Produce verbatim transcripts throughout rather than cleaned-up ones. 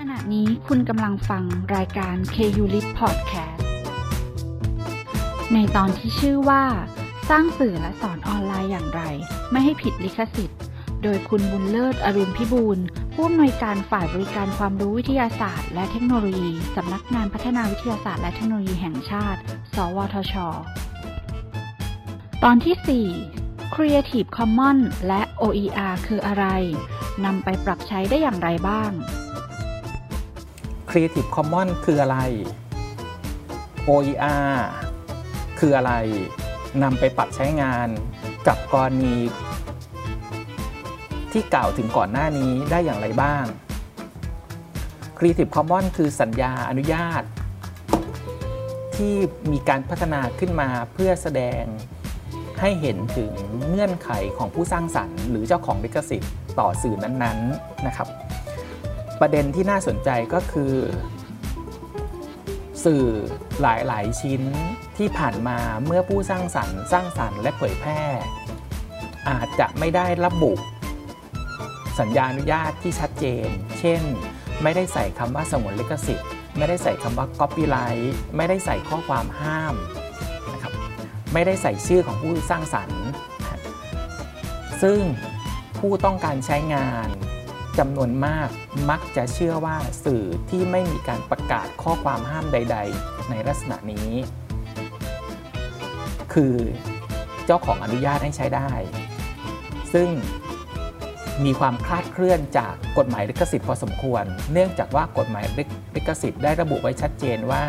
ขณะนี้คุณกำลังฟังรายการ เค ยู Lit Podcast ในตอนที่ชื่อว่าสร้างสื่อและสอนออนไลน์อย่างไรไม่ให้ผิดลิขสิทธิ์โดยคุณบุญเลิศอรุณพิบูลย์ผู้อำนวยการฝ่ายบริการความรู้วิทยาศาสตร์และเทคโนโลยีสำนักงานพัฒนาวิทยาศาสตร์และเทคโนโลยีแห่งชาติสวทช.ตอนที่สี่ Creative Commons และ โอ อี อาร์ คืออะไรนำไปปรับใช้ได้อย่างไรบ้าง Creative Commons คืออะไร โอ อี อาร์ คืออะไรนำไปปรับใช้งานกับกรณีที่กล่าวถึงก่อนหน้านี้ได้อย่างไรบ้าง Creative Commons คือสัญญาอนุญาตที่มีการพัฒนาขึ้นมาเพื่อแสดงให้เห็นถึงเงื่อนไขของผู้สร้างสรรค์หรือเจ้าของลิขสิทธิ์ต่อสื่อนั้นๆนะครับประเด็นที่น่าสนใจก็คือสื่อหลายๆชิ้นที่ผ่านมาเมื่อผู้สร้างสรรค์สร้างสรรค์และเผยแพร่อาจจะไม่ได้ระบุสัญญาอนุญาตที่ชัดเจนเช่นไม่ได้ใส่คำว่าสงวนลิขสิทธิ์ไม่ได้ใส่คำว่า copyright ไม่ได้ใส่ข้อความห้ามนะครับไม่ได้ใส่ชื่อของผู้สร้างสรรค์ซึ่งผู้ต้องการใช้งานจำนวนมากมักจะเชื่อว่าสื่อที่ไม่มีการประกาศข้อความห้ามใดๆในลักษณะนี้คือเจ้าของอนุญาตให้ใช้ได้ซึ่งมีความคลาดเคลื่อนจากกฎหมายลิขสิทธิ์พอสมควรเนื่องจากว่ากฎหมายลิขสิทธิ์ได้ระบุไว้ชัดเจนว่า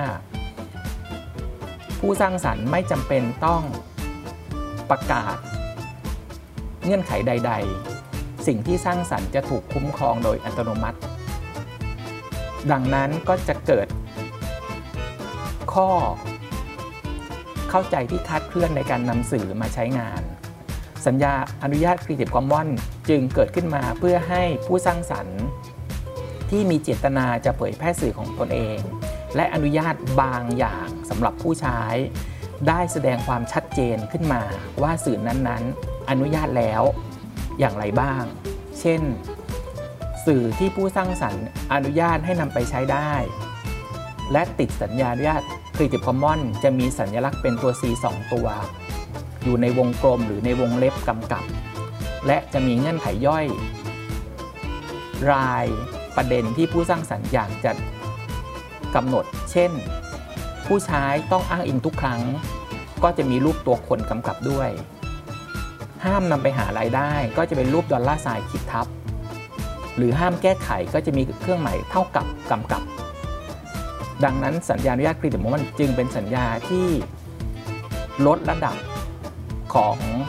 ผู้สร้างสรรค์ไม่จำเป็นต้องประกาศเงื่อนไขใดๆสิ่งที่สร้างสรรค์จะถูกคุ้มครองโดยอัตโนมัติดังนั้นก็จะเกิดข้อเข้าใจที่คลาดเคลื่อนในการนำสื่อมาใช้งานสัญญาอนุญาต Creative Commons จึงเกิดขึ้นมาเพื่อให้ผู้สร้างสรรค์ที่มีเจตนาจะเผยแพร่สื่อของตนเองและอนุญาตบางอย่างสำหรับผู้ใช้ได้แสดงความชัดเจนขึ้นมาว่าสื่อนั้นๆอนุญาตแล้วอย่างไรบ้างเช่นสื่อที่ผู้สร้างสรรค์อนุญาตให้นำไปใช้ได้และติดสัญญาอนุญาต Creative Commons จะมีสัญลักษณ์เป็นตัว C สองตัวอยู่ในวงกลมหรือในวงเล็บกำกับและจะมีเงื่อนไขย่อยรายประเด็นที่ผู้สร้างสรรค์อยากจะกำหนดเช่นผู้ใช้ต้องอ้างอิงทุกครั้งก็จะมีรูปตัวคนกำกับด้วยห้ามนำไปหารายได้ก็จะเป็นรูปดอลลาร์ไซน์ขีดทับหรือห้ามแก้ไขก็จะมีเครื่องหมายเท่ากับกำกับดังนั้นสัญญาอนุญาต Creative Commons จึงเป็นสัญญาที่ลดระดับของ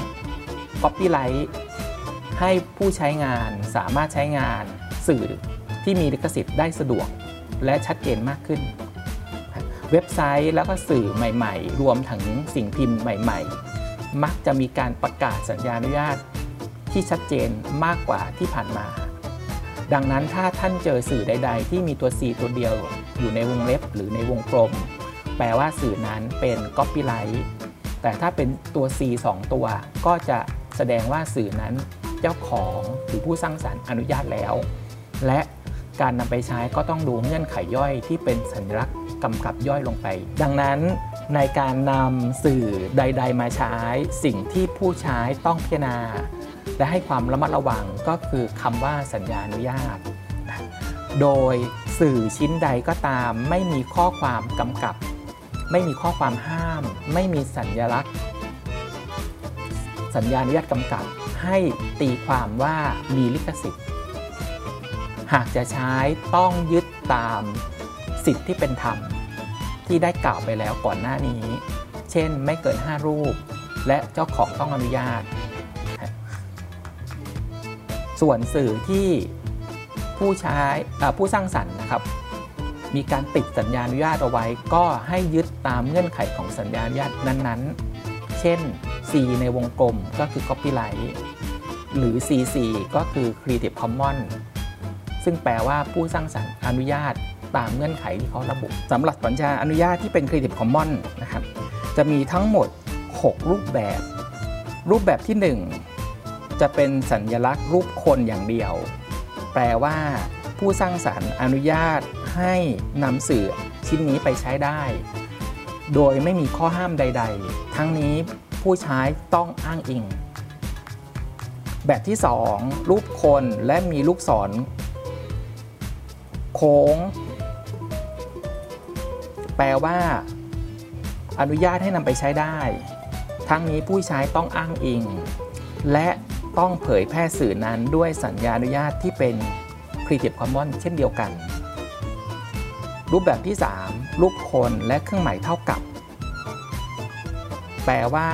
Copyright ให้ผู้ใช้งานสามารถใช้งานสื่อที่มีลิขสิทธิ์ได้สะดวกและชัดเจนมากขึ้นเว็บไซต์แล้วก็สื่อใหม่ๆรวมถึงสิ่งพิมพ์ใหม่ๆมักจะมีการประกาศสัญญาอนุญาตที่ชัดเจนมากกว่าที่ผ่านมาดังนั้นถ้าท่านเจอสื่อใดๆที่มีตัว C ตัวเดียวอยู่ในวงเล็บหรือในวงกลมแปลว่าสื่อนั้นเป็น Copyright แต่ถ้าเป็นตัว C สองตัวก็จะแสดงว่าสื่อนั้นเจ้าของหรือผู้สร้างสรรค์อนุญาตแล้วและการนำไปใช้ก็ต้องดูเงื่อนไขย่อยที่เป็นสัญลักษณ์กำกับย่อยลงไปดังนั้นในการนำสื่อใดๆมาใช้สิ่งที่ผู้ใช้ต้องพิจารณาและให้ความระมัดระวังก็คือคำว่าสัญญาอนุญาตโดยสื่อชิ้นใดก็ตามไม่มีข้อความกำกับไม่มีข้อความห้ามไม่มีสัญลักษณ์สัญญาอนุญาตกำกับให้ตีความว่ามีลิขสิทธิ์หากจะใช้ต้องยึดตามสิทธิที่เป็นธรรมที่ได้กล่าวไปแล้วก่อนหน้านี้เช่นไม่เกินห้ารูปและเจ้าของต้องอนุญาตส่วนสื่อที่ผู้ใช้ผู้สร้างสรรค์นะครับมีการติดสัญญาอนุญาตเอาไว้ก็ให้ยึดตามเงื่อนไขของสัญญาอนุญาตนั้นๆเช่น C ในวงกลมก็คือ Copyright หรือ ซี ซี ก็คือ Creative Commons ซึ่งแปลว่าผู้สร้างสรรค์อนุญาตตามเงื่อนไขที่เขาระบุสำหรับสัญญาอนุญาตที่เป็น Creative Commons นะครับจะมีทั้งหมดหกรูปแบบรูปแบบที่หนึ่งจะเป็นสัญลักษณ์รูปคนอย่างเดียวแปลว่าผู้สร้างสรรค์อนุญาตให้นำสื่อชิ้นนี้ไปใช้ได้โดยไม่มีข้อห้ามใดๆทั้งนี้ผู้ใช้ต้องอ้างอิงแบบที่สองรูปคนและมีลูกศรโค้งแปลว่าอนุญาตให้นำไปใช้ได้ทั้งนี้ผู้ใช้ต้องอ้างอิงและต้องเผยแพร่สื่อนั้นด้วยสัญญาอนุญาตที่เป็น Creative Commons เช่นเดียวกันรูปแบบที่สามรูปคนและเครื่องหมายเท่ากับแปลว่า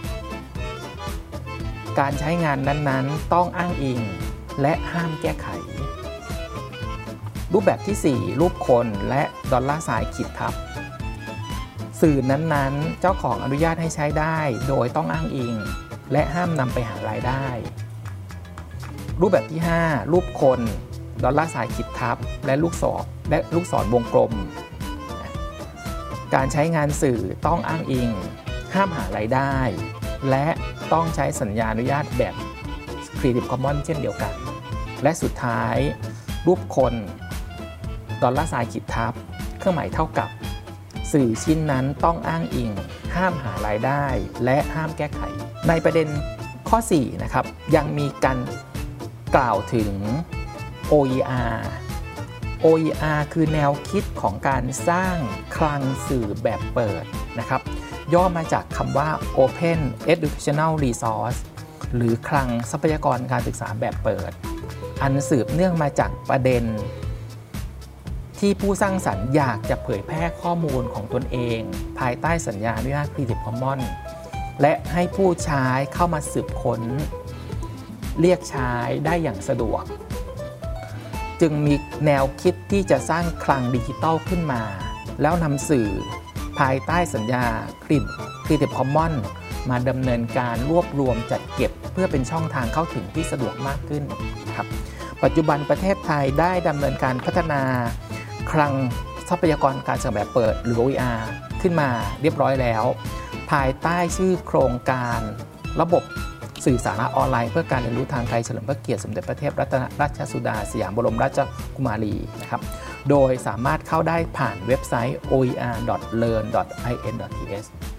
การใช้งานนั้นๆต้องอ้างอิงและห้ามแก้ไขรูปแบบที่สี่รูปคนและดอลลาร์ไซน์ขีดทับสื่อนั้นๆเจ้าของอนุญาตให้ใช้ได้โดยต้องอ้างอิงและห้ามนำไปหารายได้รูปแบบที่ห้ารูปคนดอลลาร์ไซน์ขีดทับและลูกศรและลูกศรวงกลมการใช้งานสื่อต้องอ้างอิงห้ามหารายได้และต้องใช้สัญญาอนุญาตแบบ Creative Commons เช่นเดียวกันและสุดท้ายรูปคนดอลลาร์ไซน์ขีดทับเครื่องหมายเท่ากับสื่อชิ้นนั้นต้องอ้างอิงห้ามหารายได้และห้ามแก้ไขในประเด็นข้อสี่นะครับยังมีการกล่าวถึง โอ อี อาร์ โอ อี อาร์ คือแนวคิดของการสร้างคลังสื่อแบบเปิดนะครับย่อมาจากคำว่า Open Educational Resource หรือคลังทรัพยากรการศึกษาแบบเปิดอันสืบเนื่องมาจากประเด็นที่ผู้สร้างสรรค์อยากจะเผยแพร่ข้อมูลของตนเองภายใต้สัญญาอนุญาต Creative Commons และให้ผู้ใช้เข้ามาสืบค้นเรียกใช้ได้อย่างสะดวกจึงมีแนวคิดที่จะสร้างคลังดิจิทัลขึ้นมาแล้วนำสื่อภายใต้สัญญา Creative Commons มาดำเนินการรวบรวมจัดเก็บเพื่อเป็นช่องทางเข้าถึงที่สะดวกมากขึ้นครับปัจจุบันประเทศไทยได้ดำเนินการพัฒนาคลังทรัพยากรการศึกษาแบบเปิดหรือ โอ อี อาร์ ขึ้นมาเรียบร้อยแล้วภายใต้ชื่อโครงการระบบสื่อสารออนไลน์เพื่อการเรียนรู้ทางไกลเฉลิมพระเกียรติสมเด็จพระเทพรัตนราชสุดาสยามบรมราชกุมารีนะครับโดยสามารถเข้าได้ผ่านเว็บไซต์ โอ อี อาร์ ดอท เลิร์น ดอท ไอ เอ็น ดอท ที เอช